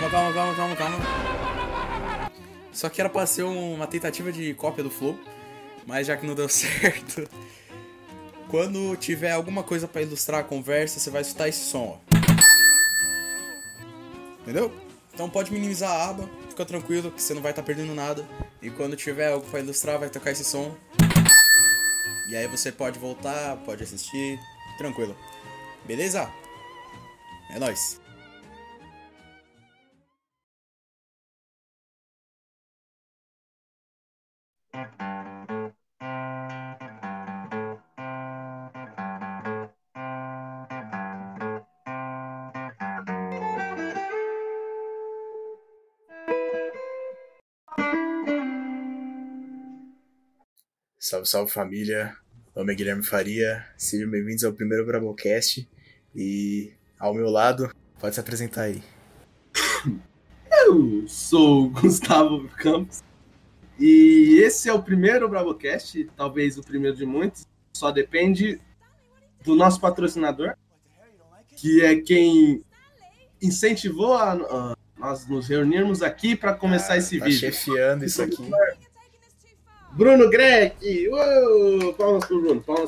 Calma. Isso aqui era pra ser uma tentativa de cópia do Flow, mas já que não deu certo, quando tiver alguma coisa pra ilustrar a conversa, você vai escutar esse som, ó. Entendeu? Então pode minimizar a aba, fica tranquilo que você não vai estar perdendo nada. E quando tiver algo pra ilustrar, vai tocar esse som. E aí você pode voltar, pode assistir, tranquilo. Beleza? É nóis. Salve família, meu nome é Guilherme Faria, sejam bem-vindos ao primeiro Brabocast e ao meu lado, pode se apresentar aí. Eu sou o Gustavo Campos e esse é o primeiro Brabocast, talvez o primeiro de muitos, só depende do nosso patrocinador, que é quem incentivou a nós nos reunirmos aqui para começar esse vídeo. Chefiando isso aqui. Bruno Grec! Uou! Palmas pro Bruno, palmas.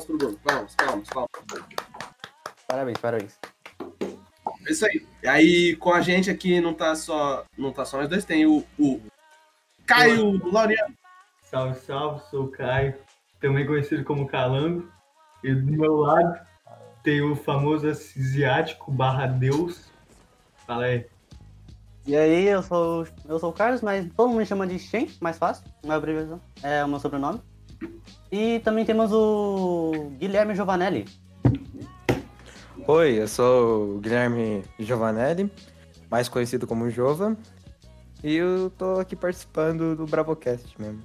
Parabéns. É isso aí. E aí, com a gente aqui não tá só nós dois, tem o Caio Laureano. Salve, sou o Caio, também conhecido como Calango. E do meu lado tem o famoso asiático /Deus. Fala aí. E aí, eu sou o Carlos, mas todo mundo me chama de Shen, mais fácil, uma abreviação, é o meu sobrenome. E também temos o Guilherme Giovanelli. Oi, eu sou o Guilherme Giovanelli, mais conhecido como Jova, e eu tô aqui participando do Bravocast mesmo.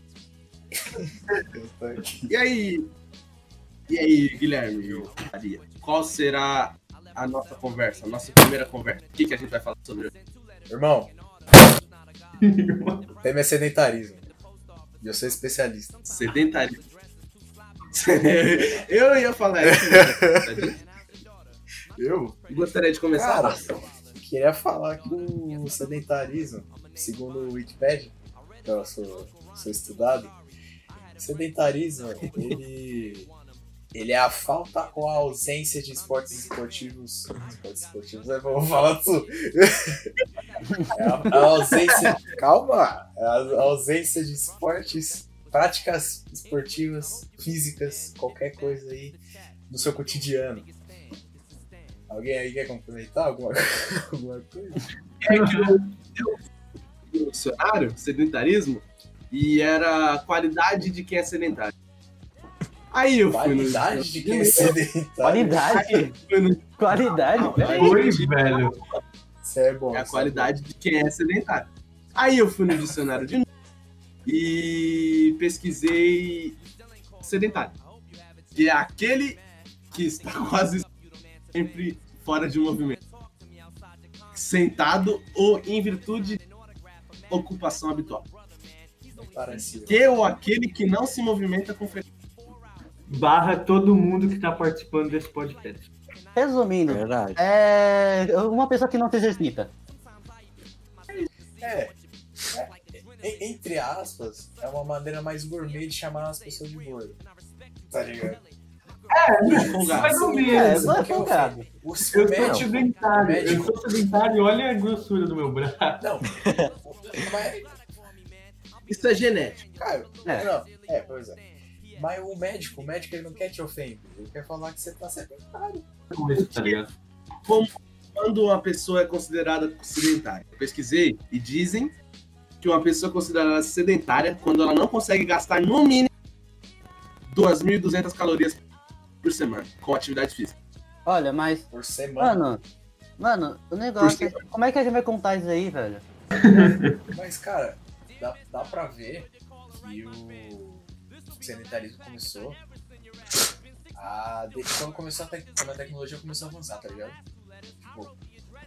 E aí, Guilherme, qual será a nossa conversa, a nossa primeira conversa? O que a gente vai falar sobre hoje? Irmão, o tema é sedentarismo. E eu sou especialista. Sedentarismo. Eu ia falar isso. Eu? Gostaria de começar? Cara, queria falar que o sedentarismo, segundo o Wikipedia, que eu sou estudado, sedentarismo, ele é a falta ou a ausência de esportes esportivos, é bom falar tudo. A ausência, calma, a ausência de esportes, práticas esportivas, físicas, qualquer coisa aí no seu cotidiano. Alguém aí quer complementar alguma coisa? Eu fui dicionário, sedentarismo, e era a qualidade de quem é sedentário. Aí eu fui Qualidade de quem é sedentário. Qualidade? Oi, velho. Isso é bom. É a qualidade de quem é sedentário. Aí eu fui no dicionário de novo e pesquisei sedentário, que é aquele que está quase sempre fora de movimento, sentado ou em virtude de ocupação habitual. Que ou aquele que não se movimenta com frequência. Todo mundo que tá participando desse podcast. Resumindo, Verdade. é uma pessoa que não se exercita. Entre aspas, é uma maneira mais gourmet de chamar as pessoas de gordo. Tá ligado? Mais ou menos. Não é folgado. Eu sou sedentário. Eu sou sedentário e olha a grossura do meu braço. Não. Mas, Isso é genético. cara, pois é. Mas o médico ele não quer te ofender. Ele quer falar que você tá sedentário. Tá ligado? Como quando uma pessoa é considerada sedentária? Eu pesquisei e dizem que uma pessoa é considerada sedentária quando ela não consegue gastar no mínimo 2.200 calorias por semana com atividade física. Olha, mas... Por semana. Mano, o negócio é... Como é que a gente vai contar isso aí, velho? Mas, cara, dá pra ver que o sedentarismo começou quando a tecnologia começou a avançar, tá ligado? Tipo,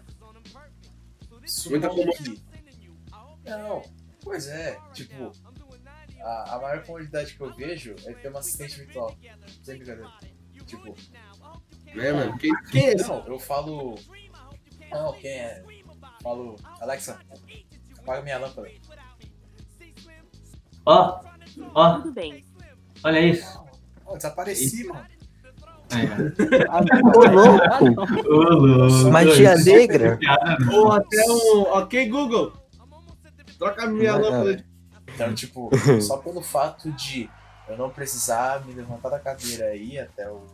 Muita que... Não, pois é, tipo, a maior comodidade que eu vejo é ter uma assistente virtual. Sem brincadeira. Tipo, Né, mano? Quem é esse? não, eu falo. Não, quem é? Falo, Alexa, apaga minha lâmpada. Ó, Tudo bem. olha isso. Ó, desapareci, mano. Ô, louco! Ô, louco. Magia Isso negra. é piada, não. Ou até um ok, Google. Troca a minha lâmpada de... Então, tipo, só pelo fato de eu não precisar me levantar da cadeira e ir até o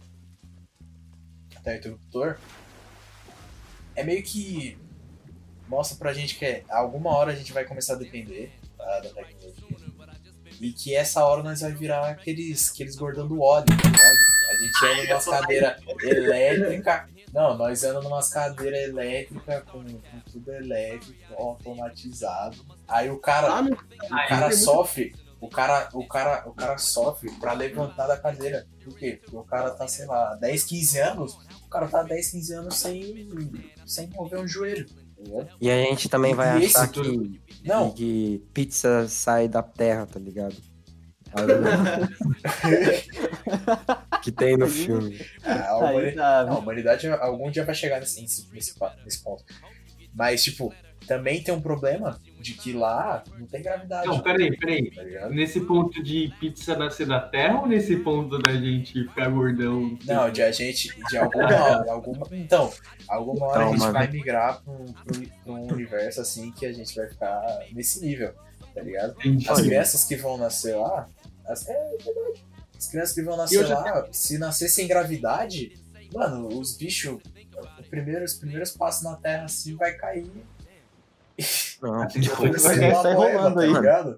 interruptor, é meio que mostra pra gente que alguma hora a gente vai começar a depender da tecnologia. E que essa hora nós vai virar aqueles gordão do óleo, tá ligado? A gente anda numa cadeira elétrica. Não, nós andamos numa cadeira elétrica com tudo elétrico, automatizado. Aí o cara sofre. O cara sofre pra levantar da cadeira. Por quê? Porque o cara tá, sei lá, 10, 15 anos. O cara tá 10, 15 anos sem mover um joelho. E a gente também vai E achar esse Não. que pizza sai da terra, tá ligado? Que tem no filme. A humanidade algum dia vai chegar nesse ponto. Mas, tipo, também tem um problema de que lá não tem gravidade. Não, peraí. Tá ligado? Nesse ponto de pizza nascer da terra ou nesse ponto da gente ficar gordão? Não, de alguma hora a gente vai migrar pra um universo assim que a gente vai ficar nesse nível, tá ligado? Entendi. As crianças que vão nascer lá, as crianças que vão nascer lá, se nascer sem gravidade, mano, os bichos, os primeiros passos na Terra assim vai cair. Não, Assim, tipo, vai sair rolando aí. tá ligado?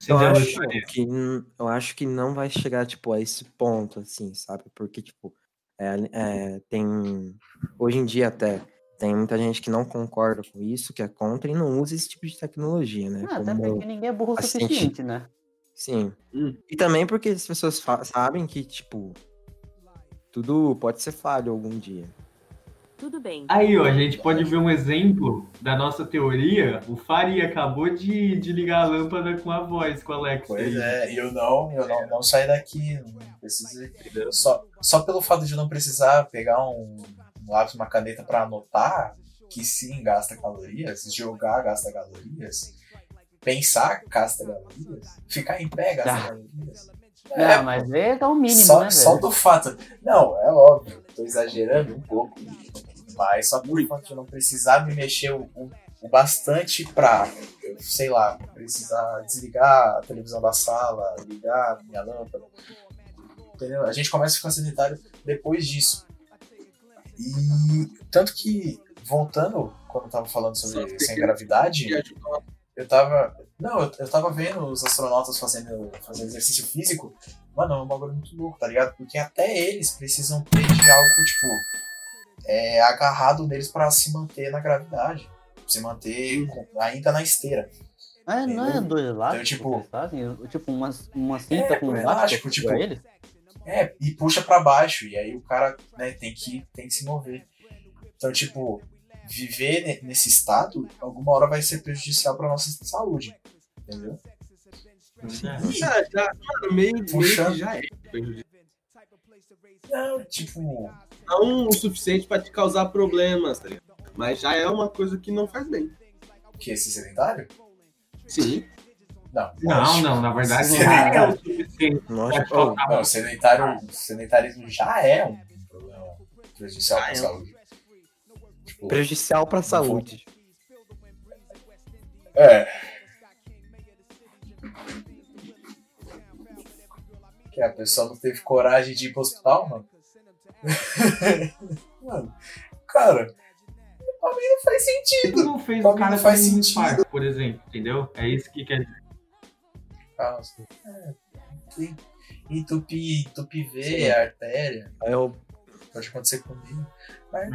eu acho que não vai chegar, tipo, a esse ponto, assim, sabe? Porque, tipo, tem... Hoje em dia, até, tem muita gente que não concorda com isso, que é contra e não usa esse tipo de tecnologia, né? Até porque ninguém é burro o suficiente, né? Sim. E também porque as pessoas sabem que, tipo, tudo pode ser falho algum dia. Tudo bem. Aí, ó, a gente pode ver um exemplo da nossa teoria. O Faria acabou de ligar a lâmpada com a voz, com a Alexa. Pois é, e eu não saí daqui, não precisei. Só pelo fato de não precisar pegar um lápis, uma caneta pra anotar, que sim, gasta calorias, jogar gasta calorias, pensar gasta calorias, ficar em pé gasta calorias. Não, mas é o mínimo, só, né, velho? só do fato. Não, é óbvio, tô exagerando um pouco, mas só por fato de eu não precisar me mexer o bastante pra, sei lá, precisar desligar a televisão da sala, ligar a minha lâmpada. Entendeu? A gente começa a ficar sedentário depois disso. E tanto que, voltando, quando eu tava falando sobre sem gravidade, eu tava vendo os astronautas fazendo exercício físico. Mano, é um bagulho muito louco, tá ligado? Porque até eles precisam ter de algo, tipo, agarrado neles pra se manter na gravidade. Se manter ainda na esteira. Não é dois elásticos, tipo, que fazem? Tipo, uma cinta com elástico, tipo, tipo, ele? E puxa pra baixo. E aí o cara, né, tem que se mover. Então, tipo, viver nesse estado, alguma hora vai ser prejudicial pra nossa saúde. Entendeu? Meio Puxando. que já é. Não, tipo... Não o suficiente pra te causar problemas, tá ligado? Mas já é uma coisa que não faz bem. O que? Esse sedentário? Sim. Não, na verdade Sim. não é o suficiente. Não, sedentarismo já é um problema prejudicial pra saúde. Tipo, Prejudicial pra saúde. Que a pessoa não teve coragem de ir pro hospital, mano. Mano, cara, pra mim não faz sentido. Não fez Pra o mim cara não faz ter um sentido. infarto, por exemplo, entendeu? É isso que quer dizer. Entupir veia, artéria. Aí eu Pode acontecer comigo. Mas...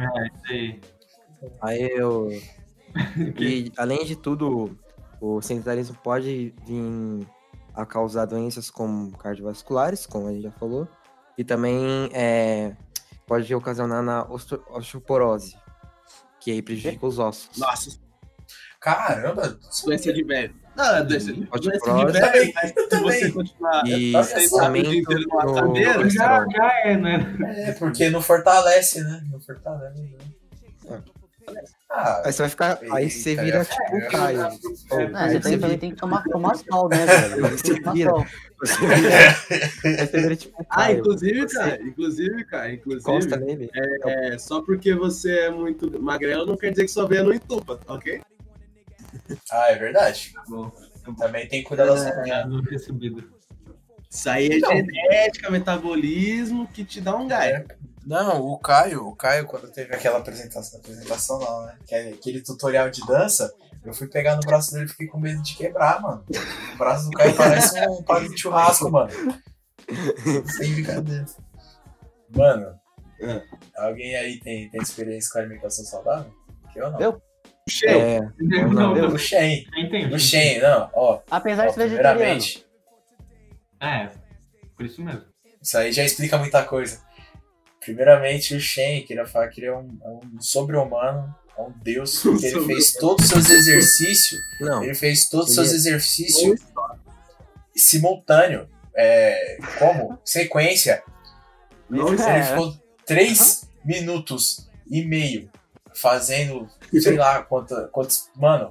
E além de tudo, o sedentarismo pode vir a causar doenças como cardiovasculares, como a gente já falou, e também pode ocasionar na osteoporose, que aí prejudica os ossos. Nossa, Caramba! doença de velho. Não, doença de Osteoporose. velho, mas se também. você continuar E sentado o dia inteiro numa aumento cadeira, no Já é, né? Porque não fortalece, né? Não fortalece. Né? Aí você vai ficar. Aí você vira tipo o Caio. Você tem que tomar sol, né, velho? Você Tem que vira. tomar sol. Aí você vira tipo o Caio. Inclusive, cara, Encosta nele. só porque você é muito magrelo não quer dizer que sua veia não entupa, ok? É verdade. Bom, Também tem que cuidar da saúde. não recebido. Isso aí é genética, metabolismo que te dá um gás. Não, o Caio, quando teve aquela apresentação não, né? Aquele tutorial de dança, eu fui pegar no braço dele e fiquei com medo de quebrar, mano. O braço do Caio parece um pano de churrasco, mano. Sem brincadeira. Mano, alguém aí tem experiência com alimentação saudável? Que eu não. Eu? O Shen. Entendi. O Shen, não, ó. Apesar de ser vegetariano. Primeiramente, por isso mesmo. isso aí já explica muita coisa. Primeiramente, o Shen, queria falar que ele é um sobre-humano, é um deus, porque ele fez todos os seus exercícios. Não. Ele fez todos os seus exercícios simultâneo. Como? Sequência. Ele ficou 3 minutos e meio fazendo, sei lá, quantos. Mano,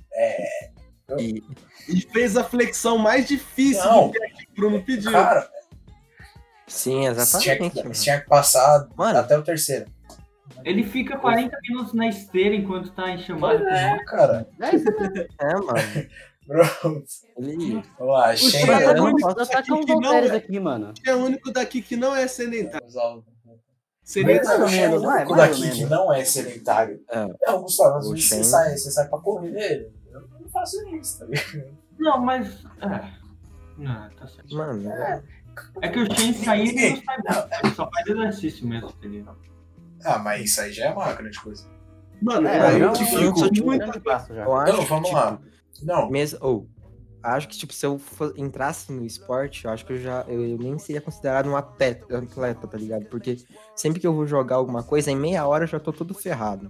E fez a flexão mais difícil Não. que o Bruno pediu. cara, Sim, exatamente. tinha que passar Mano. até o terceiro. Ele fica 40 minutos na esteira enquanto tá em chamada. Cara. Mano. Pronto. Ele. Vamos lá, Shen Shen. é o único Posso atacar daqui uns que não halteres é- aqui, mano. é o único daqui que não é sedentário. Mais Sedentário. ou menos, O vai, único mais ou daqui que menos. não é sedentário. É. Não, Gustavo, O você Shen- sai pra correr. Eu não faço isso, tá ligado? Não, mas. Não, tá certo. Mano. É que o Shen sair ele não sai muito. Ele só faz exercício mesmo, entendeu? Mas isso aí já é uma grande coisa. Mano, aí eu eu te te fico fico muito. grande passo já. Eu acho Não, vamos que, lá. Não, acho que, tipo, se eu entrasse no esporte, eu acho que eu nem seria considerado um atleta, tá ligado? Porque sempre que eu vou jogar alguma coisa, em meia hora eu já tô todo ferrado.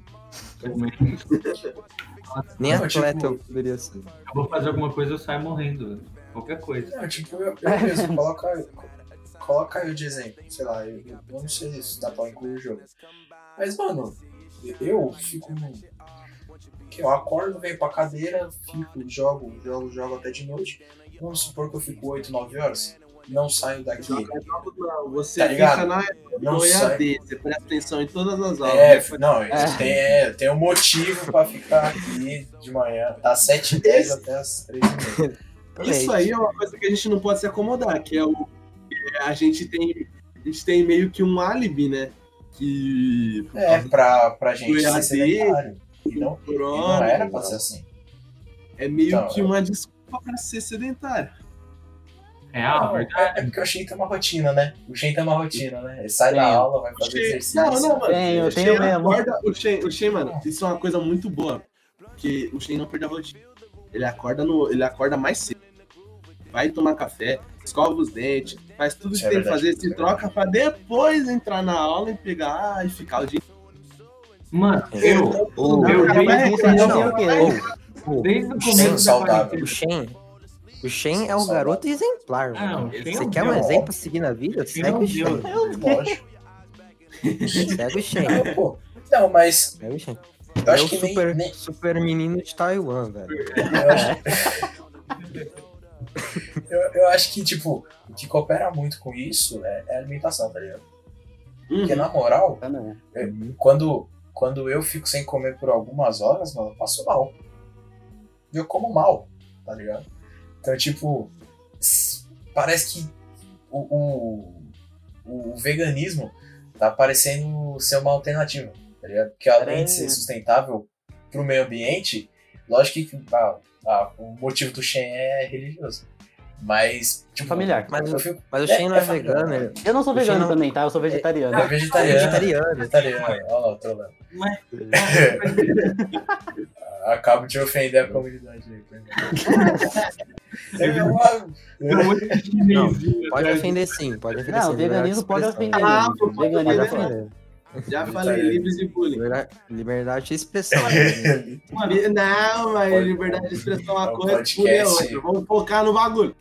Nem Não, atleta tipo- eu poderia ser. Eu vou fazer alguma coisa, eu saio morrendo. Velho. Qualquer coisa. não, tipo, eu mesmo, coloca eu de exemplo. Sei lá, eu não sei se dá pra incluir o jogo. Mas, mano, eu fico. Que eu acordo, venho pra cadeira, fico, jogo até de noite. Vamos supor que eu fico 8, 9 horas. Não saio daqui. Não, você Tá ligado? fica Não no sai. EAD, você presta atenção em todas as aulas. Tem um motivo pra ficar aqui de manhã, das 7h10 até as 3h30. Isso aí é uma coisa que a gente não pode se acomodar, que é o. A gente tem meio que um álibi, né? Que. Pra gente ser EAD, sedentário. E não era pra ser assim. É meio Então, que uma desculpa pra ser sedentário. É porque o Shen tem uma rotina, né? Ele sai da aula, vai fazer exercício. Não, mano. Eu O tenho Shen mesmo. acorda- o Shen, mano, isso é uma coisa muito boa. Porque o Shen não perde a rotina. Ele acorda mais cedo. Vai tomar café, escova os dentes, faz tudo Isso que é tem que verdade. fazer, se troca pra depois entrar na aula e pegar e ficar o dia. Mano, Eu- desde o Shen começo da saudável. quarentena. O Shen é o garoto exemplar, mano. o Shen é Você um quer um deus. exemplo a seguir na vida? Shen é Segue um o Shen. deus. Lógico. Segue o Shen. Pô, não, mas Segue o Shen. eu É acho o que super menino de Taiwan, velho. eu acho que, tipo, o que coopera muito com isso é a alimentação, tá ligado? Porque, na moral, quando eu fico sem comer por algumas horas, mano, eu passo mal. Eu como mal, tá ligado? Então, tipo, parece que o veganismo tá parecendo ser uma alternativa, tá ligado? Porque além de ser sustentável pro meio ambiente, lógico que o motivo do Shen é religioso. Mas, tipo, Familiar. Mas eu fico, o Shen não é familiar. vegano, ele Eu não sou O Shen vegano não- também, tá? Eu sou vegetariano. É vegetariano. vegetariano. Olha lá, o trolando. Mas, Acabo de ofender a comunidade aí. Não, pode ofender sim, pode ofender sim. Não, veganismo pode ofender. Veganismo Pode pode ofender. ofender. Já falei, livre de bullying. Liberdade de expressão. Né? Não, mas liberdade de expressão é uma É um coisa, podcast. bullying é outra. Vamos focar no bagulho.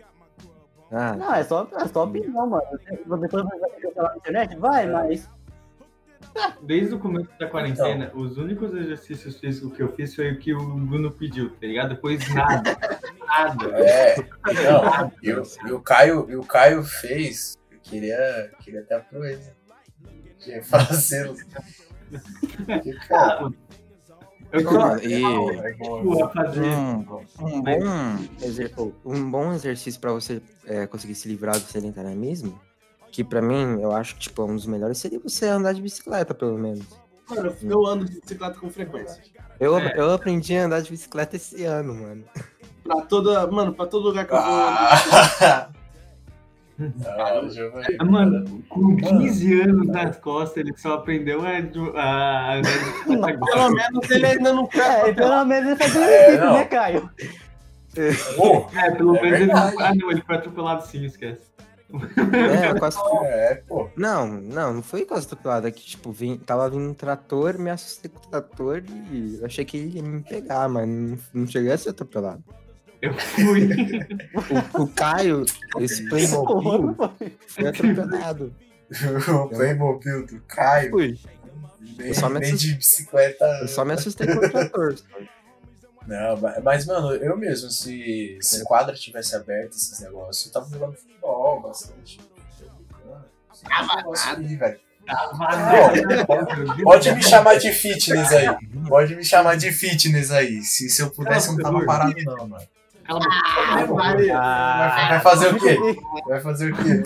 Não, é só opinião, mano. Depois vai cancelar na internet? Vai, mas. Desde o começo da quarentena, os únicos exercícios físicos que eu fiz foi o que o Bruno pediu, tá ligado? Depois nada. Nada. Não, e o Caio fez, eu queria ter a proeza de fazê-lo. Porque, cara, Eu Mano, comecei a fazer. um bom exercício pra você conseguir se livrar do sedentarismo, que pra mim, eu acho que tipo, um dos melhores seria você andar de bicicleta, pelo menos. Mano, eu ando de bicicleta com frequência. Eu aprendi a andar de bicicleta esse ano, mano. Pra todo lugar que eu vou. Não, Giovanni. Mano, com 15 anos nas costas, ele só aprendeu a andar de bicicleta agora. Pelo menos ele ainda não quer. Pelo menos ele faz É, exercício, não. né, Caio? Pô, Pelo É menos ele verdade. não. Ah, não, ele foi atropelado sim, esquece. Eu quase pô. Não foi quase atropelado. É que, tipo, tava vindo um trator, me assustei com o trator e eu achei que ele ia me pegar, mas não cheguei a ser atropelado. Eu fui. O Caio, esse Playmobil, foi atropelado. O Playmobil do Caio. Fui. Eu só me Nem assustei. de bicicleta. Eu só me assustei com o trator. Não, mas, mano, eu mesmo, se quadra tivesse aberto esses negócios, eu tava jogando futebol bastante. Aí, velho. Pode me chamar de fitness aí. Pode me chamar de fitness aí. Se eu pudesse, eu não tava parado, não, mano. Cala a boca. Vai fazer o quê? Vai fazer o quê?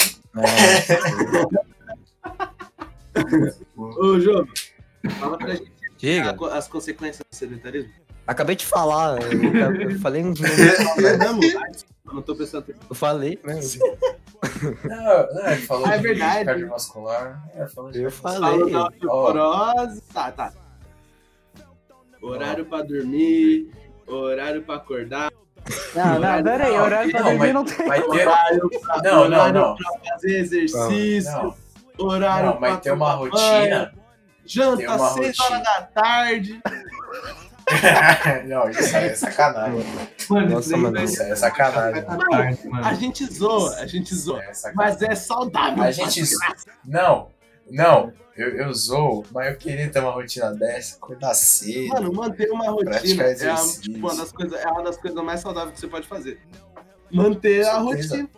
Ô, João, fala pra gente Diga, as consequências do sedentarismo. acabei de falar. Eu falei uns Eu não tô prestando atenção. Eu falei mesmo. Não, ele falou É de verdade. cardiovascular. Falou de Eu Falou da falei. osteoporose. Tá. Horário pra dormir, horário pra acordar, Não, pera aí, horário pra Não, dormir não tem. Vai ter. horário pra, Não, horário pra fazer exercício, Não, horário não, mas pra tem uma tomar rotina. banho, janta Tem uma 6 rotina. horas da tarde. Não, isso aí é sacanagem. Mano, Nossa, isso daí mano, vai Isso ser é sacanagem. tarde, mano. A gente zoa, Isso é sacanagem. mas é saudável. A gente. Não, eu zoo, mas eu queria ter uma rotina dessa, acordar cedo. Mano, manter uma rotina Praticar é exercício. uma das coisas mais saudáveis que você pode fazer. Manter a Com certeza.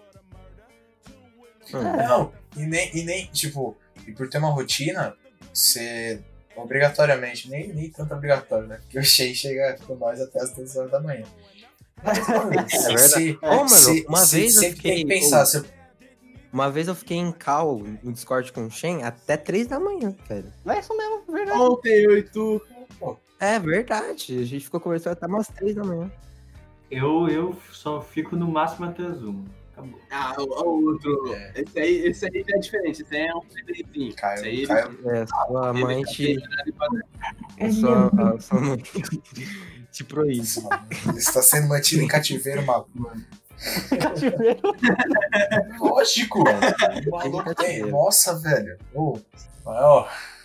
rotina. Não, e nem, tipo, e por ter uma rotina, você obrigatoriamente, nem tanto obrigatório, né? Porque o Shea chega com nós até as 2 horas da manhã. Mas, mano, verdade. Ô, mano, uma vez eu sempre tem fiquei- que pensar, Uma vez eu fiquei em call no Discord com o Shen até 3 da manhã, velho. É isso mesmo, verdade. Ontem eu e tu. É verdade. A gente ficou conversando até umas 3 da manhã. Eu só fico no máximo até as 1. Acabou. Ah, o outro. É. Esse aí já é diferente. Esse aí é um segredinho. Caio, Esse aí Caio, É, sua mãe te. É Sua mãe te proíbe. Você tá sendo mantido em cativeiro, maluco. Cativeiro. Lógico! O maluco tem. Nossa, velho. Ó.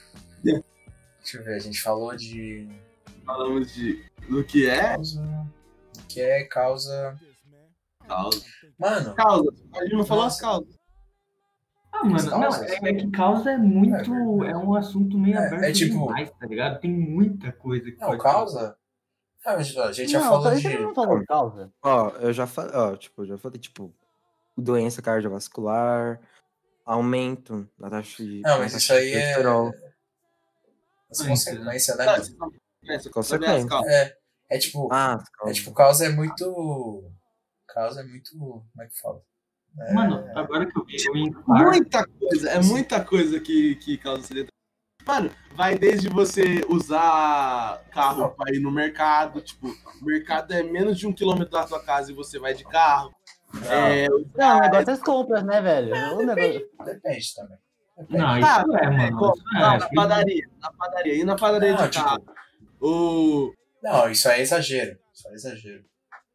Deixa eu ver, a gente falou de Falamos do que é causa. O que é causa. causa. Mano, Causa. A gente não falou as Nossa. causas. Ah, mano, não, Causas? é que causa é muito. É um assunto meio É, aberto é tipo- demais, tá ligado? Tem muita coisa que não, pode causa. A gente já Não, falou a de. gente não falou causa. Ó, eu já falei, doença cardiovascular, aumento na taxa de. Não, mas na isso taxa aí de é. colesterol. As consequências, né? Não, mano? vocês não- As Consequência. causas. É tipo. Ah, É tipo, causa é muito. Causa é muito. Como é que fala? Mano, agora que eu vi o infarto. Muita coisa. É muita coisa que causa sedentarismo. Mano, vai desde você usar carro pra ir no mercado. Tipo, o mercado é menos de 1 quilômetro da sua casa e você vai de carro. É, Não, o negócio é as compras, né, velho? O negócio... Depende também. Depende. Não, isso Ah, é, mano. Não, Isso é. na padaria. Na padaria. E na padaria Não, de carro. O, Não, isso aí é exagero. Isso aí é exagero.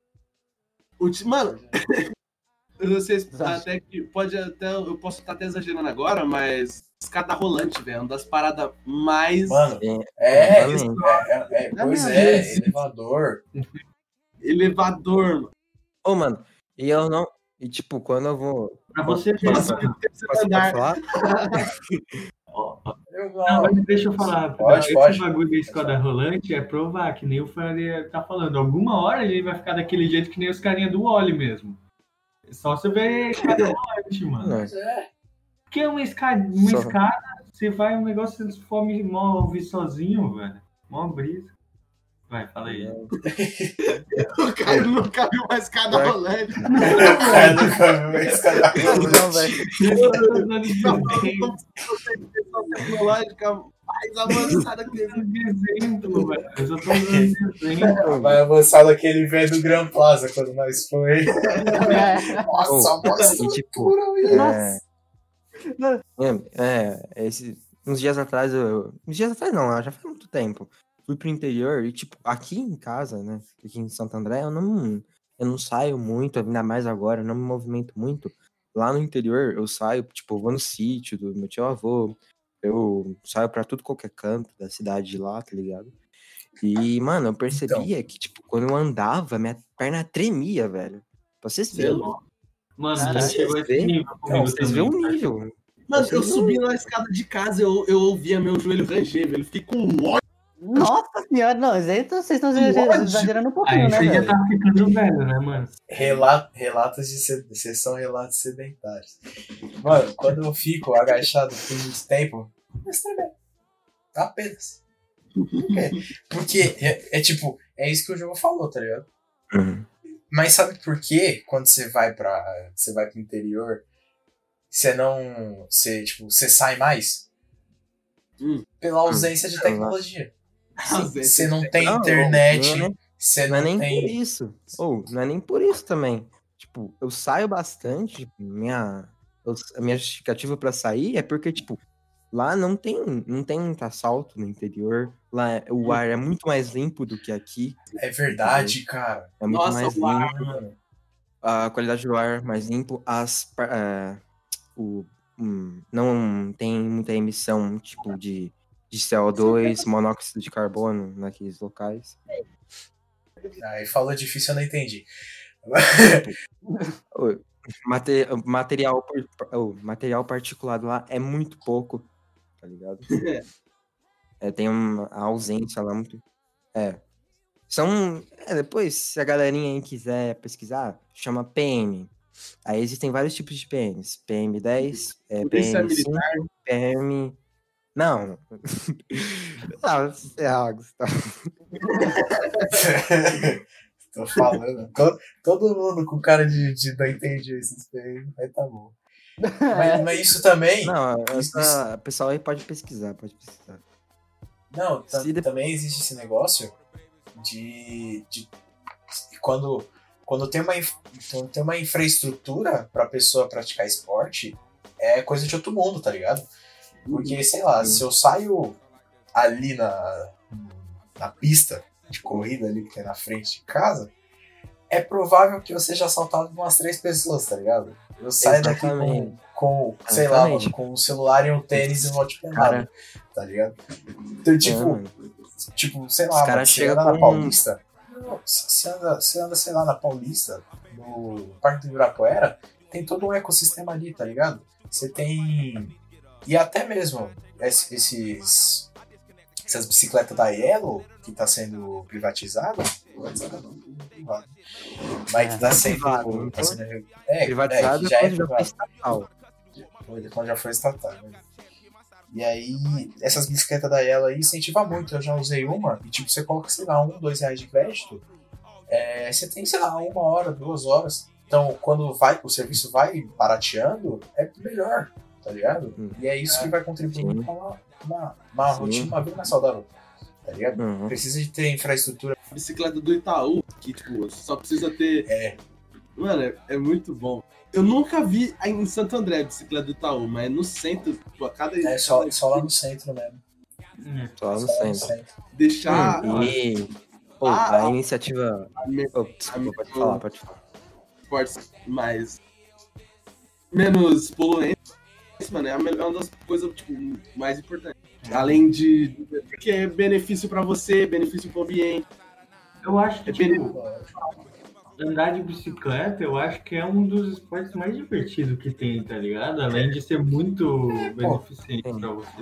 Mano, eu não sei se até que pode até. Eu posso estar até exagerando agora, mas escada rolante, velho. É uma das paradas mais. Mano, exatamente. pois Não, é, isso. elevador. Elevador, mano. Ô, mano, e eu não. E tipo, quando eu vou. Pra você ver, Posso- mano. Terceiro Posso andar. falar? Ó, Não, mas deixa eu falar. Pode. Esse bagulho da escada rolante é provar, que nem o Fran tá falando. Alguma hora ele vai ficar daquele jeito que nem os carinha do Wally mesmo. É só você ver a escada rolante, mano. Mas Porque uma escada, você vai, um negócio que se move sozinho, velho. Mó brisa. Vai, fala aí. O Caio nunca viu uma escada rolante. Cara, nunca viu uma escada rolante. Não, velho. Tecnológica mais avançada que existe. Exemplo, velho. Eu só tô dando exemplo. Vai avançar daquele velho do Gran Plaza quando nós foi. É. Nossa, Oh, mó e, tipo, estrutura, uns dias atrás, uns dias atrás não, já faz muito tempo. Fui pro interior e, tipo, aqui em casa, né? Aqui em Santo André, eu não saio muito, ainda mais agora, eu não me movimento muito. Lá no interior, eu saio, tipo, eu vou no sítio do meu tio-avô, eu saio pra tudo qualquer canto da cidade de lá, tá ligado? E, mano, eu percebia que, tipo, quando eu andava, minha perna tremia, velho. Pra vocês verem. Mano, Caraca, já chegou esse nível Não, comigo vocês veem também. o nível. Mano, eu subi na escada de casa, eu ouvia meu joelho ranger, velho. Fiquei com ódio. Nossa senhora, não, isso aí vocês estão exagerando um pouquinho, Aí né, você já velho? tá ficando velho, né, mano? Relatos de sessão relatos sedentários. Mano, quando eu fico agachado por muito tempo, mas também. Apenas. Por quê? Porque é tipo, é isso que o jogo falou, tá ligado? Uhum. Mas sabe por quê? Quando você vai pro interior, você sai mais? Pela ausência de tecnologia. Você não tem internet, você Não é nem não por tem. isso. Não é nem por isso também. Tipo, eu saio bastante. Tipo, a minha justificativa pra sair é porque, tipo, lá não tem muito assalto no interior. Lá o ar é muito mais limpo do que aqui. É verdade, cara. É muito Nossa, mais o ar, limpo. Mano. A qualidade do ar mais limpo. Não tem muita emissão, tipo, de CO2, monóxido de carbono naqueles locais. Aí falou difícil, eu não entendi. Material particulado lá é muito pouco, tá ligado? Tem a ausência lá muito. Depois, se a galerinha aí quiser pesquisar, chama PM. Aí existem vários tipos de PMs. PM10, Polícia PM5, militar. PM. Não. Gustavo. Tô falando. Todo mundo com cara de não entende esses aí, mas tá bom. Mas isso também. Não, o pessoal aí pode pesquisar. Não, também existe esse negócio de quando tem uma infraestrutura pra pessoa praticar esporte, é coisa de outro mundo, tá ligado? Porque, sei lá, se eu saio ali na pista de corrida ali que tem na frente de casa, é provável que eu seja assaltado por umas 3 pessoas, tá ligado? Eu saio daqui com sei lá, mano, com um celular e um tênis e vou te pegar, tá ligado? Então, tipo, sei lá, mano, você anda na Paulista, você anda, sei lá, na Paulista, no Parque do Ibirapuera, tem todo um ecossistema ali, tá ligado? Você tem... E até mesmo essas bicicletas da Yellow, que tá sendo privatizada, mas tá sendo... privatizada já é já foi estatal. Quando já foi estatal, né? E aí, essas bicicletas da Yellow aí incentiva muito. Eu já usei uma e, tipo, você coloca, sei lá, R$1, R$2 de crédito, você tem, sei lá, 1 hora, 2 horas. Então, quando o serviço vai barateando, é melhor, tá ligado? E é isso que vai contribuir com uma rotina, uma vida mais saudável, tá ligado? Precisa de ter infraestrutura. A bicicleta do Itaú, que, tipo, só precisa ter... Mano, é muito bom. Eu nunca vi em Santo André a bicicleta do Itaú, mas no centro, tipo, a cada... só lá no centro mesmo. Só no centro. Deixar... a iniciativa... Desculpa, pode falar. Esportes mais... menos poluentes, mano, é uma das coisas, tipo, mais importantes. Além de... Porque é benefício pra você, benefício pro ambiente. Eu acho que, andar de bicicleta, eu acho que é um dos esportes mais divertidos que tem, tá ligado? Além de ser muito beneficente sim. pra você.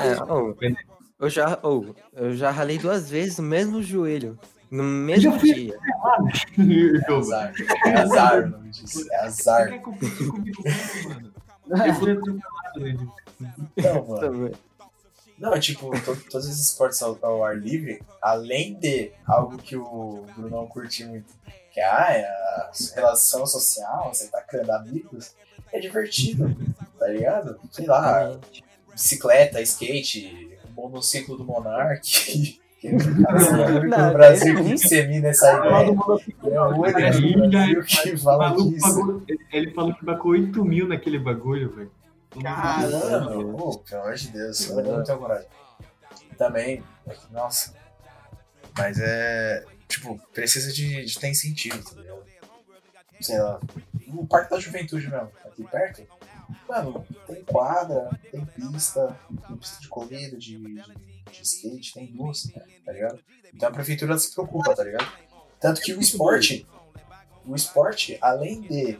Eu já ralei 2 vezes no mesmo joelho, no mesmo dia. É azar. É azar o nome disso. É azar. Você quer competir comigo, mano? Eu fui atropelado, né? Não, mano. Também. Não, tipo, todos esses esportes ao ar livre, além de algo que o Brunão curte muito, que é a relação social, você tá criando amigos, é divertido, tá ligado? Sei lá, bicicleta, skate, monociclo do Monark. No Brasil que dissemina essa ideia. É o único no Brasil que fala disso. Ele falou que pagou 8 mil naquele bagulho, velho. Caramba, pelo amor de Deus, eu não tenho coragem. Também, nossa. Mas é. Tipo, precisa de ter incentivo, tá ligado? Sei lá. No Parque da Juventude mesmo, aqui perto. Mano, tem quadra, tem pista de corrida, de skate, tem 2, tá ligado? Então a prefeitura se preocupa, tá ligado? Tanto que o esporte, além de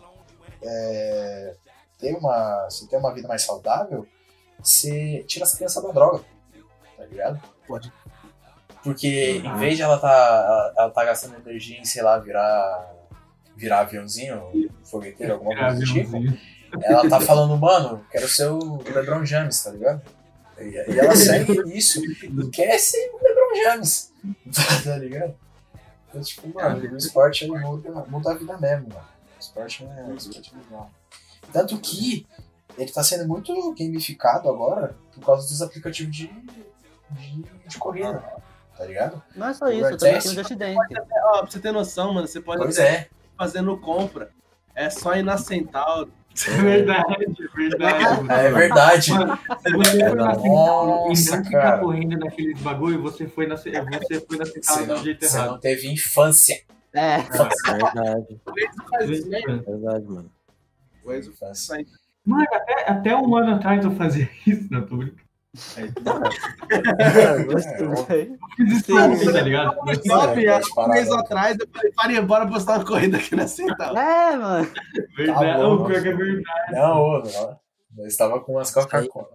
você ter uma vida mais saudável, você tira as crianças da droga, tá ligado? Pode. Porque em vez de ela tá gastando energia em, sei lá, virar aviãozinho, fogueteiro, alguma coisa do tipo, ela tá falando, mano, quero ser o LeBron James, tá ligado? E ela segue isso e quer ser o LeBron James, tá ligado? Então, tipo, mano, o esporte ele muda a vida mesmo, mano. O esporte é legal. Tanto que ele tá sendo muito gamificado agora por causa dos aplicativos de corrida, tá ligado? Não é só isso, também tem o Just Dance. Pra você ter noção, mano, você pode fazendo compra. É só ir na Centauro. É verdade. É verdade. Se você foi na Centauro e Nossa, não ficar cara. correndo naquele bagulho, você foi na Centauro do jeito Você errado. não teve infância. É. Verdade, mano. Infância. Mano, até um ano atrás eu fazia isso, não tô brincando. Eu fiz isso assim, tá ligado? Um mês atrás eu falei, Faria, bora postar uma corrida aqui na Centauro. É, mano. Verdade, bom, o pior que é verdade. Não. Eu estava com umas Coca-Cola.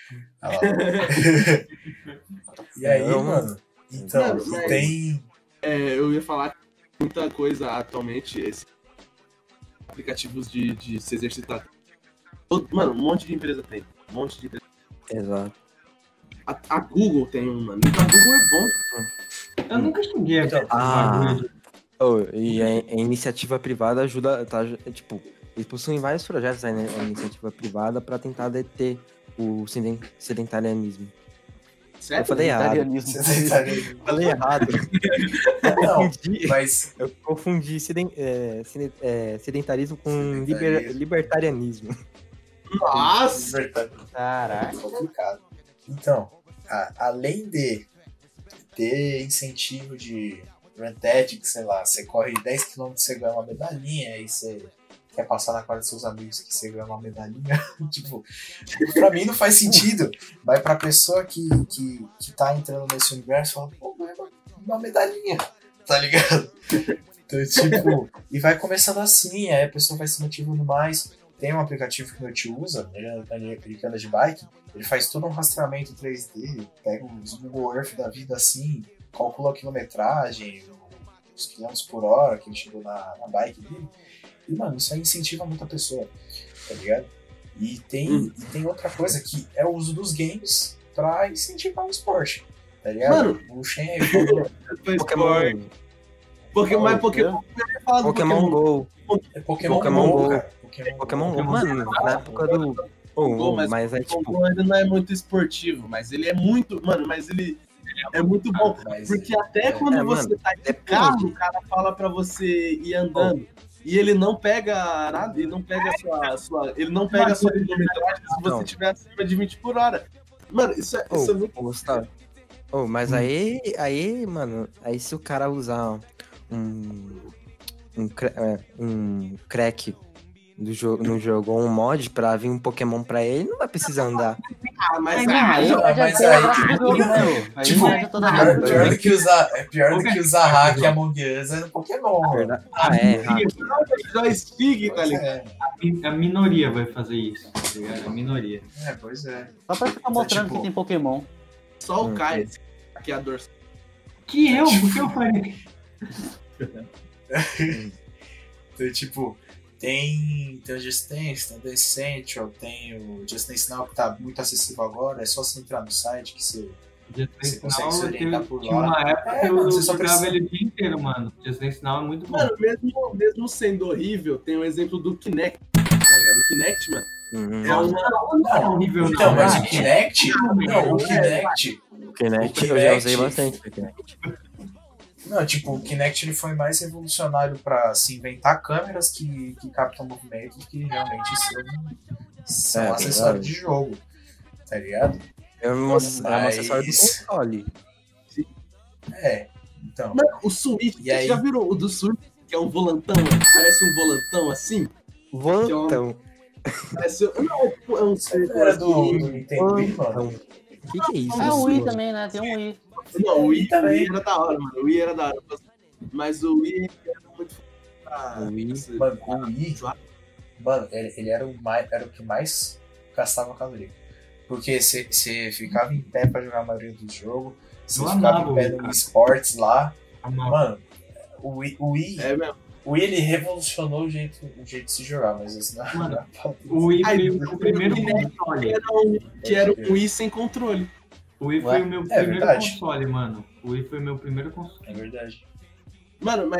E aí, mano? Então, tem... eu ia falar que muita coisa atualmente, esses aplicativos de se exercitar. Mano, um monte de empresa tem. Exato. A Google tem um, mano. Então a Google é bom. Eu nunca cheguei a ver esse bagulho. E a iniciativa privada ajuda, tá, tipo, eles possuem vários projetos aí na iniciativa privada pra tentar deter o sedentarianismo. Certo? Eu falei errado. Falei errado. Não, mas... Eu confundi sedentarismo com libertarianismo. Nossa! Caraca. É complicado. Então, além de ter incentivo de Runted, que sei lá, você corre 10 km e você ganha uma medalhinha, aí você quer passar na quadra dos seus amigos que você ganha uma medalhinha. Tipo, pra mim não faz sentido. Mas pra pessoa que tá entrando nesse universo, fala, pô, ganha uma medalhinha, tá ligado? Então, tipo, e vai começando assim, aí a pessoa vai se motivando mais. Tem um aplicativo que meu tio usa, ele anda de bike, ele faz todo um rastreamento 3D, pega os Google Earth da vida assim, calcula a quilometragem, os quilômetros por hora que ele chegou na bike dele. E, mano, isso aí incentiva muita pessoa, tá ligado? E tem outra coisa que é o uso dos games pra incentivar o esporte, tá ligado? Mano, o Shen aí falou... Pokémon Go. É Pokémon Go, cara. Pokémon Go, mano, na época do... mas é tipo... O ele não é muito esportivo, mas ele é muito... Mano, mas ele é muito bom. Porque até quando você tá de carro, o cara fala pra você ir andando. E ele não pega nada, ele não pega a sua quilometragem se você estiver acima de 20 por hora. Mano, isso é muito... Gustavo. Mas aí, mano, aí se o cara usar um crack no jogo ou um mod pra vir um Pokémon pra ele, não vai precisar andar. mas Não, aí não, perde mas até aí, a graça do jogo, né, ô? Aí tipo, perde toda a pior, graça. pior do que usar, é pior do que usar hack Among Us é no Pokémon, mano. Verdade. Ah, é. joystick, tá Pois ligado? é, A minoria vai fazer isso, tá ligado? A minoria. pois é. Só pra ficar mostrando tipo, que tem Pokémon. Só o Kai, esse hackeador. Que eu? O que eu faria? Então, tipo, tem o Just Dance, tem o Dance Central, tem o Just Dance Now, que tá muito acessível agora, é só você entrar no site que você... Você consegue se orientar por Tinha lá. uma época que mano, eu você só jogava precisa... ele o dia inteiro, mano. Just Dance Now é muito bom. Mano, mesmo sendo horrível, tem um exemplo do Kinect, tá ligado? O Kinect, mano, Uhum. é uma... Não é horrível, Então, não. mas Ah, o Kinect... Não, o Kinect... O Kinect O eu já Kinect- usei bastante. O Kinect. Não, tipo, o Kinect ele foi mais revolucionário pra se inventar câmeras que captam movimento que realmente são É, acessórios verdade. de jogo, tá ligado? É um acessório do console. Então... Mano, o Switch, E você aí? já virou o do Switch, que é um volantão, mano? Parece um volantão assim? Volantão. Parece... Não, é tipo, é um círculo Era do assim. Nintendo Wii, mano. O que é isso? Ah, o Wii também, né? Tem um Wii. Não, o Wii também. era da hora, mano. O Wii era da hora. Mas o Wii era muito... O Wii. Mano, o Wii, mano, ele era era o que mais gastava caloria. Porque você ficava em pé pra jogar a maioria dos jogos, você Eu ficava amava em pé o no Wii, Wii Sports lá. Amava. Mano, o Wii, É mesmo. o Wii ele revolucionou o jeito de se jogar, mas isso não Mano, não- O Wii Aí, foi o primeiro console. Que era um Wii sem controle. O Wii foi o meu É primeiro verdade. console, mano. O Wii foi o meu primeiro console. É verdade. Mano,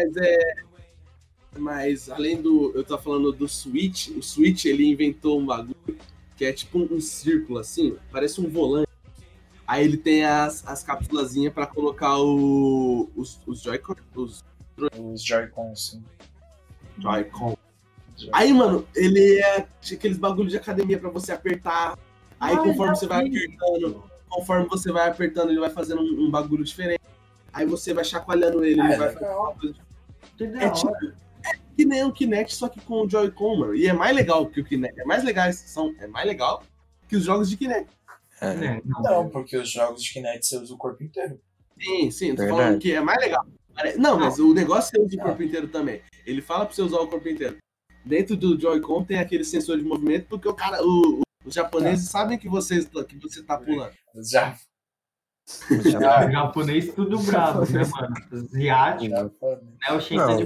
mas além do... Eu tô falando do Switch. O Switch, ele inventou um bagulho que é tipo um círculo, assim. Parece um volante. Aí ele tem as cápsulazinhas pra colocar os Joy-Con. Os Joy-Cons, sim. Joy-Con. Aí, mano, ele é aqueles bagulho de academia pra você apertar. Aí conforme você vai apertando, ele vai fazendo um bagulho diferente. Aí você vai chacoalhando ele, ele vai fazendo uma coisa. É tipo, que nem o Kinect, só que com o Joy-Con, mano. E é mais legal que o Kinect. É mais legal que os jogos de Kinect. É, Não, porque os jogos de Kinect você usa o corpo inteiro. Sim, tô Verdade. falando que é mais legal. Não, mas o negócio é usar o corpo inteiro também. Ele fala pra você usar o corpo inteiro. Dentro do Joy-Con tem aquele sensor de movimento, porque os japoneses sabem que você tá pulando. Já. O japonês tudo bravo, né, mano? Asiático, Já. né? O Shen Não. tá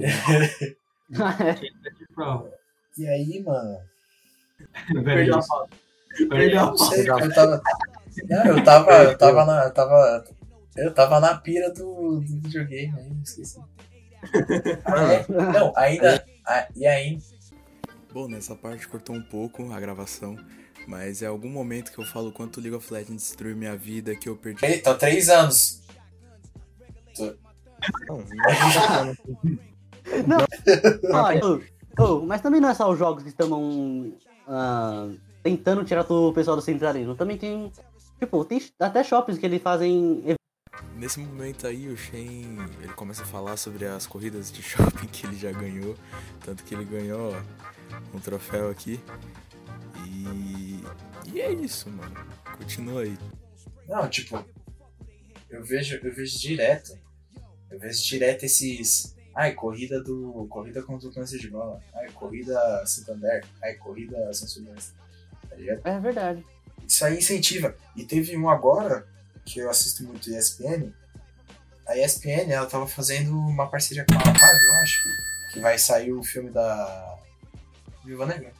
de prova. E aí, mano? Perdeu a pauta. Perdeu a Eu não sei, Legal. eu tava. Não, eu tava na pira do videogame aí, esqueci. Não, ainda. E aí. Bom, nessa parte cortou um pouco a gravação, mas é algum momento que eu falo quanto League of Legends destruiu minha vida, que eu perdi. Tô 3 anos. Mas também não é só os jogos que estão tentando tirar o pessoal do centralismo. Também tem, tipo, tem até shoppings que eles fazem. Nesse momento aí, o Shen, ele começa a falar sobre as corridas de shopping que ele já ganhou, tanto que ele ganhou um troféu aqui. E é isso, mano. Continua aí. Não, tipo, eu vejo direto. Eu vejo direto esses. Ai, corrida contra o câncer de bola. Ai, corrida Santander. Ai, corrida São Silvestre. Tá ligado? É verdade. Isso aí incentiva. E teve um agora, que eu assisto muito ESPN. A ESPN, ela tava fazendo uma parceria com a Marvel, eu acho. Que vai sair o filme da Viúva Negra.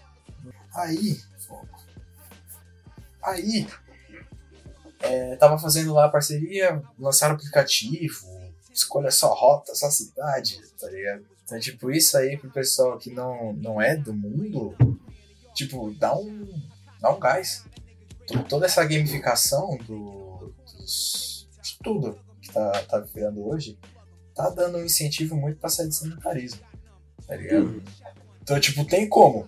Aí, tava fazendo lá a parceria, lançaram aplicativo, escolha só rota, só cidade, tá ligado? Então, tipo, isso aí pro pessoal que não é do mundo, tipo, dá um gás. Toda essa gamificação de tudo que tá virando hoje, tá dando um incentivo muito pra sair do sedentarismo, tá ligado? Então, tipo, tem como.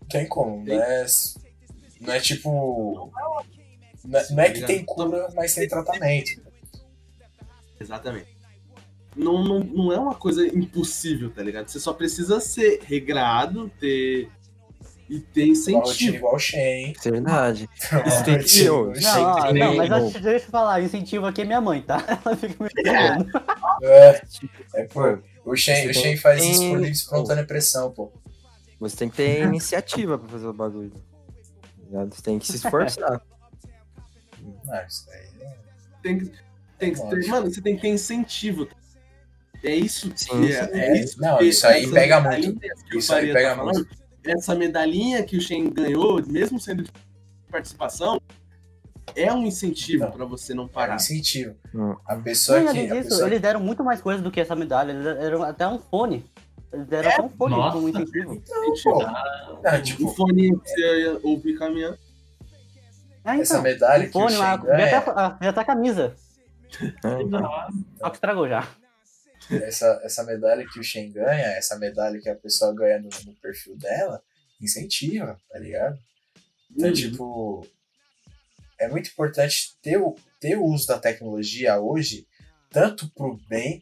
Não é tipo... Não é que tem cura, mas tem tratamento. Exatamente. Não é uma coisa impossível, tá ligado? Você só precisa ser regrado, ter E tem Uma rotina incentivo. igual o Shen. Isso é verdade. Uma tem que- rotina ô, igual o Não, Shen. ó, tem- não, mas não. deixa eu falar, incentivo aqui é minha mãe, tá? Ela fica me pegando. Pô, o Shen Você faz tem- isso por livre e espontânea pressão, pô. Você tem que ter iniciativa pra fazer o bagulho. Tá ligado? Você tem que se esforçar. Isso daí Tem que ter, Lógico. mano, você tem que ter incentivo. É isso que Sim, é isso. Não, que isso aí essas pega medalhinhas muito. que o Isso aí Faria pega tá falando, essa medalhinha que o Shen ganhou, mesmo sendo de participação, é um incentivo Não. pra você não É um parar. incentivo. Não. A pessoa Não, que. além A disso, pessoa eles deram muito mais coisa do que essa medalha. Eles deram até um fone. Eles deram até um fone Nossa. como incentivo. Não, pô. Não, O tipo, fone que você ia ouvir caminhando. Ah, essa medalha o que o fone Shen lá, ganha. já tá a camisa. É, Só que estragou já. Essa medalha que o Shen ganha, essa medalha que a pessoa ganha no perfil dela, incentiva, tá ligado? Então, tipo, é muito importante ter o uso da tecnologia hoje, tanto pro bem.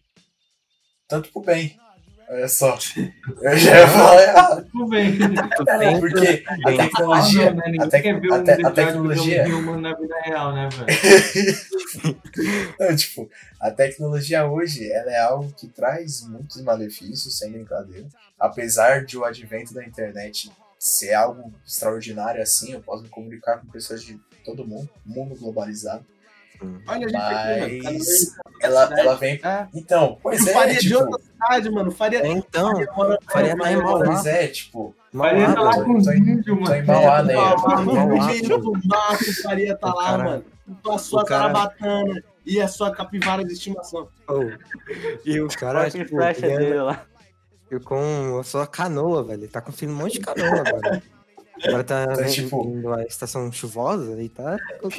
Olha só, eu já ia falar errado. Tudo bem. Porque a bem. tecnologia. Não, né? A, Ninguém tec- quer ver a um te- a detalhe tecnologia. de um humano na vida real, né, velho? Não, tipo, a tecnologia hoje ela é algo que traz muitos malefícios, sem brincadeira. Apesar de o advento da internet ser algo extraordinário assim, eu posso me comunicar com pessoas de todo mundo globalizado. Olha a gente aqui, mano. Cada Mas vez- ela vem. É. Então, pois Eu é, faria de tipo. outra cidade, mano. Faria. Então, mora- Faria tá em Mauá. Pois é, tipo. Faria tá lá com os tô em- índios, tô mano. em Mauá, né? No Mauá, meio do mato, Faria tá O lá, cara- mano. Com a sua o cara- carabatana e a sua capivara de estimação. ô, e o cara, Olha que tipo, flecha dele lá. com a sua canoa, velho. Ele tá construindo um monte de canoa agora. Agora tá Então, tipo- indo a estação chuvosa e tá.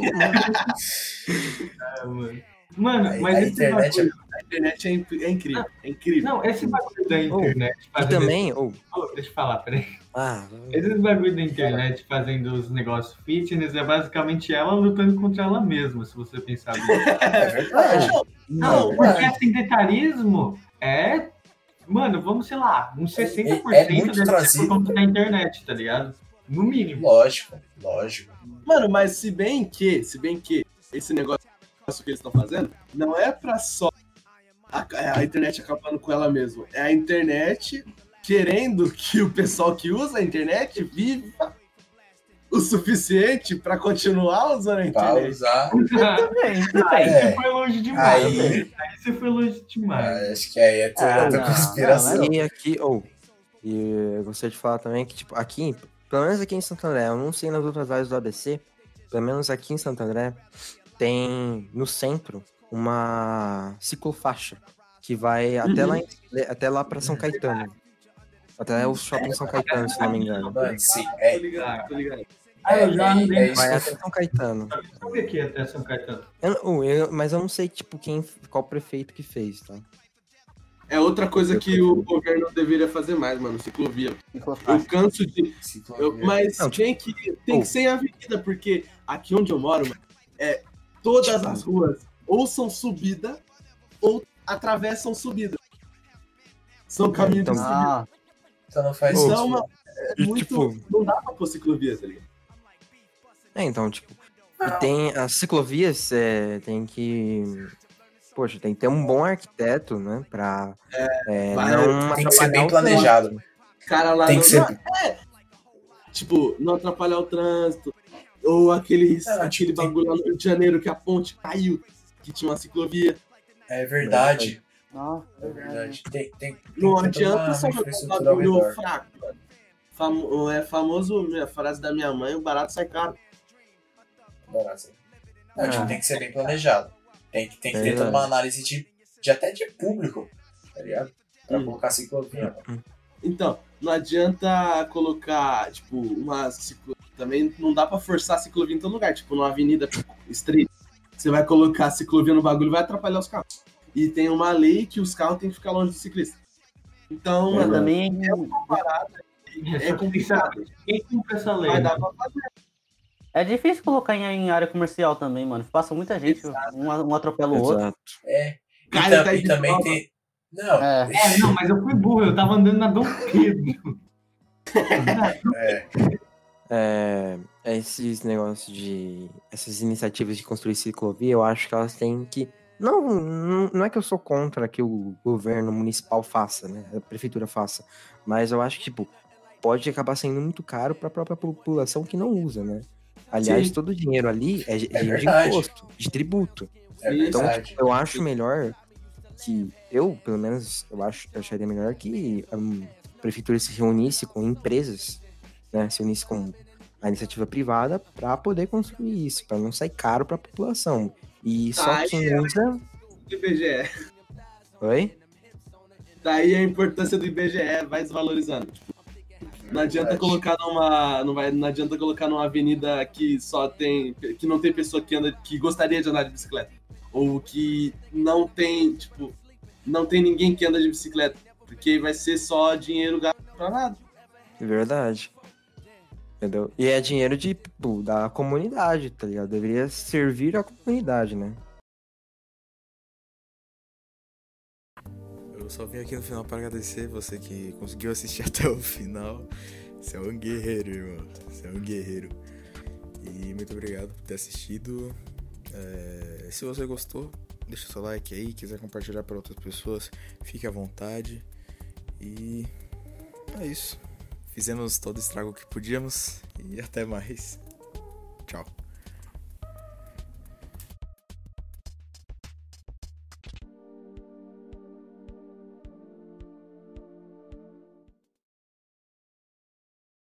Mano, A mas esse internet bagulho... A internet é incrível. É incrível. Não, esse bagulho da internet E fazendo... também, Deixa eu falar, peraí. ah, Esses bagulho da internet fazendo os negócios fitness é basicamente ela lutando contra ela mesma, se você pensar bem. É verdade. Não, Não, porque é. sedentarismo é... Mano, vamos, sei lá, uns 60% É muito deve ser trazido. por conta da internet, tá ligado? No mínimo. Lógico. Mano, mas se bem que esse negócio que eles estão fazendo não é pra só a internet acabando com ela mesma. É a internet querendo que o pessoal que usa a internet viva o suficiente pra continuar usando a Pra internet. usar. Também. Aí É. você foi longe demais. Aí- Aí você foi longe demais. Acho que aí é teoria da não, conspiração. não, e aqui, e eu gostaria de falar também que, tipo, aqui, pelo menos aqui em Santo André, eu não sei nas outras áreas do ABC, pelo menos aqui em Santo André, tem no centro uma ciclofaixa que vai até lá pra São Caetano. Até o shopping São Caetano, se não me engano. Mano, sim. Tô ligado, tô ligado. Ah, eu já andei. é isso Vai que eu até São Caetano. Sabe aqui até São Caetano? Mas eu não sei, tipo, qual prefeito que fez, tá? É outra coisa que o governo deveria fazer mais, mano, ciclovia. Eu canso de. Mas Não, tem que ser em avenida, porque aqui onde eu moro, mano, todas as ruas ou são subida ou atravessam subida. São caminhos então- de subida. Ah, Então não faz Então, sentido. mano, E, muito. tipo, Não dá pra pôr ciclovia, tá ligado? então, tipo, e tem as ciclovias, tem que. Poxa, tem que ter um bom arquiteto, né? Pra não Tem que ser atrapalhar bem o planejado. O cara lá Tem não, que ser. tipo, não atrapalhar o trânsito. Ou aquele tem- bagulho lá no Rio de Janeiro que a ponte caiu, que tinha uma ciclovia. É verdade. nossa, É verdade. Tem Não que ter toda adianta só uma jogar um infraestrutura ao bagulho redor. fraco, mano. É famoso, a frase da minha mãe, o barato sai caro. Barato. Não, tipo, tem que ser bem planejado. Tem que ter toda uma análise até de público, tá ligado? Pra colocar ciclovia. mano. Então, não adianta colocar, tipo, uma ciclovia. Também não dá pra forçar a ciclovia em todo lugar. Tipo, numa avenida estreita, você vai colocar a ciclovia no bagulho, vai atrapalhar os carros. E tem uma lei que os carros têm que ficar longe do ciclista. Então, mas mano, também é complicado. Quem cumpre essa lei? Vai dar pra fazer. é difícil colocar em área comercial também, mano. Passa muita gente, um atropela o outro. Exato. É. Cara, tá E indo também prova. tem. Não, É. Não, mas eu fui burro, eu tava andando na Dom Pedro. Esses negócios essas iniciativas de construir ciclovia, eu acho que elas têm que. Não é que eu sou contra que o governo municipal faça, né? A prefeitura faça. Mas eu acho que, tipo, pode acabar sendo muito caro para a própria população que não usa, né? Aliás, Sim. todo o dinheiro ali é dinheiro de verdade. imposto, de tributo. É Então, verdade. tipo, eu acho melhor que pelo menos, eu acharia melhor que a prefeitura se reunisse com empresas, né? Se unisse com a iniciativa privada para poder construir isso, para não sair caro para a população. E só Aí quem usa. Do IBGE. Oi? Daí a importância do IBGE vai desvalorizando. Não adianta colocar não adianta colocar numa avenida que que não tem pessoa que gostaria de andar de bicicleta, ou que não tem ninguém que anda de bicicleta, porque vai ser só dinheiro gasto pra nada. É verdade. Entendeu? E é dinheiro da comunidade, tá ligado? Deveria servir à comunidade, né? Eu só vim aqui no final para agradecer você que conseguiu assistir até o final. Você é um guerreiro, irmão. Você é um guerreiro. E muito obrigado por ter assistido. Se você gostou, deixa seu like aí. Quiser compartilhar para outras pessoas, fique à vontade. E é isso. Fizemos todo o estrago que podíamos. E até mais. Tchau.